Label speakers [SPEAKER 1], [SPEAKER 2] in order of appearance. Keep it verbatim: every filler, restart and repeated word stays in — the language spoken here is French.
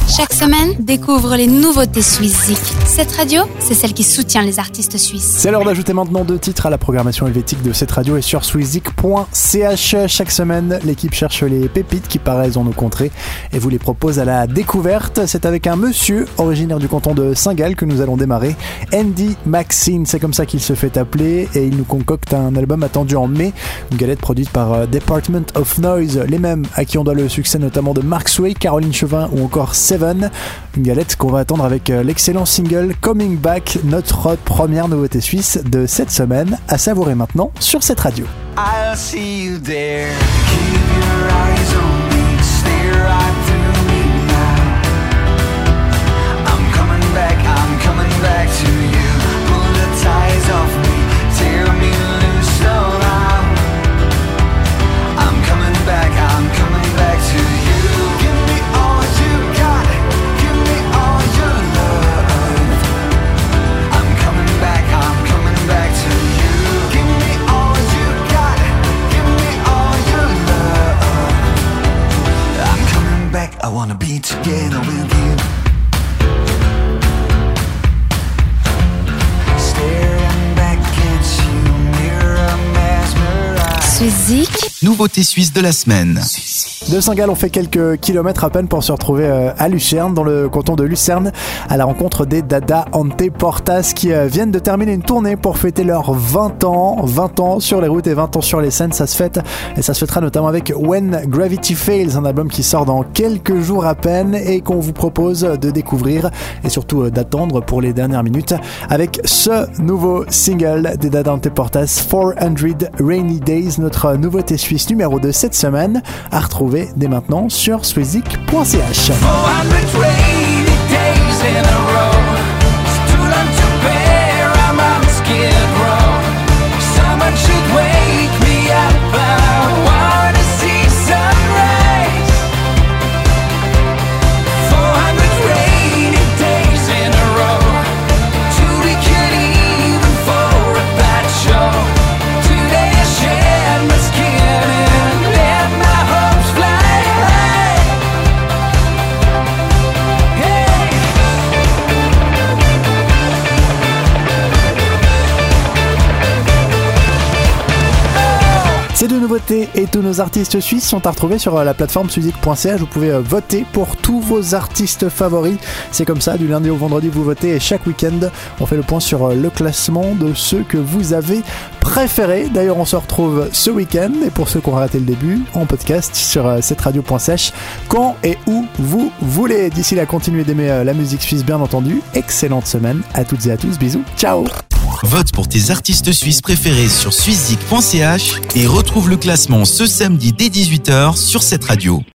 [SPEAKER 1] Chaque semaine, découvre les nouveautés Swisszik. Cette radio, c'est celle qui soutient les artistes suisses.
[SPEAKER 2] C'est l'heure d'ajouter maintenant deux titres à la programmation helvétique de cette radio et sur swisszik point c h. Chaque semaine, l'équipe cherche les pépites qui paraissent dans nos contrées et vous les propose à la découverte. C'est avec un monsieur originaire du canton de Saint-Gall que nous allons démarrer, Andy Maxine, c'est comme ça qu'il se fait appeler, et il nous concocte un album attendu en mai, une galette produite par Department of Noise, les mêmes à qui on doit le succès notamment de Mark Sway, Caroline Chevin ou encore Seven. Une galette qu'on va attendre avec l'excellent single Coming Back, notre première nouveauté suisse de cette semaine, à savourer maintenant sur cette radio.
[SPEAKER 3] I'll see you there. Keep your eyes on me. Stare right through me now. I'm coming back, I'm coming back to you. Pull the ties off me. Tear me loose somehow. I'm coming back, I'm coming back to you. Give me all you got. Give me all your love. I'm coming back, I'm coming back to you. Give me all you got. Give me all your love. I'm coming back, I wanna be together with you. Staring back at you, mirror mesmerized.
[SPEAKER 1] Swisszik.
[SPEAKER 4] Nouveauté suisse de la semaine.
[SPEAKER 2] De Saint-Gall, on fait quelques kilomètres à peine pour se retrouver à Lucerne, dans le canton de Lucerne, à la rencontre des Dada Ante Portas qui viennent de terminer une tournée pour fêter leurs vingt ans. vingt ans sur les routes et vingt ans sur les scènes, ça se fête. Et ça se fêtera notamment avec When Gravity Fails, un album qui sort dans quelques jours à peine et qu'on vous propose de découvrir et surtout d'attendre pour les dernières minutes avec ce nouveau single des Dada Ante Portas, four hundred Rainy Days, notre nouveauté suisse numéro deux cette semaine, à retrouver dès maintenant sur swisszik point c h. Ces deux nouveautés et tous nos artistes suisses sont à retrouver sur la plateforme swisszik point c h. Vous pouvez voter pour tous vos artistes favoris. C'est comme ça, du lundi au vendredi, vous votez et chaque week-end, on fait le point sur le classement de ceux que vous avez préférés. D'ailleurs, on se retrouve ce week-end et pour ceux qui ont raté le début, en podcast sur cette radio point c h quand et où vous voulez. D'ici là, continuez d'aimer la musique suisse, bien entendu. Excellente semaine à toutes et à tous. Bisous. Ciao.
[SPEAKER 4] Vote pour tes artistes suisses préférés sur swisszik point c h et retrouve le classement ce samedi dès dix-huit heures sur cette radio.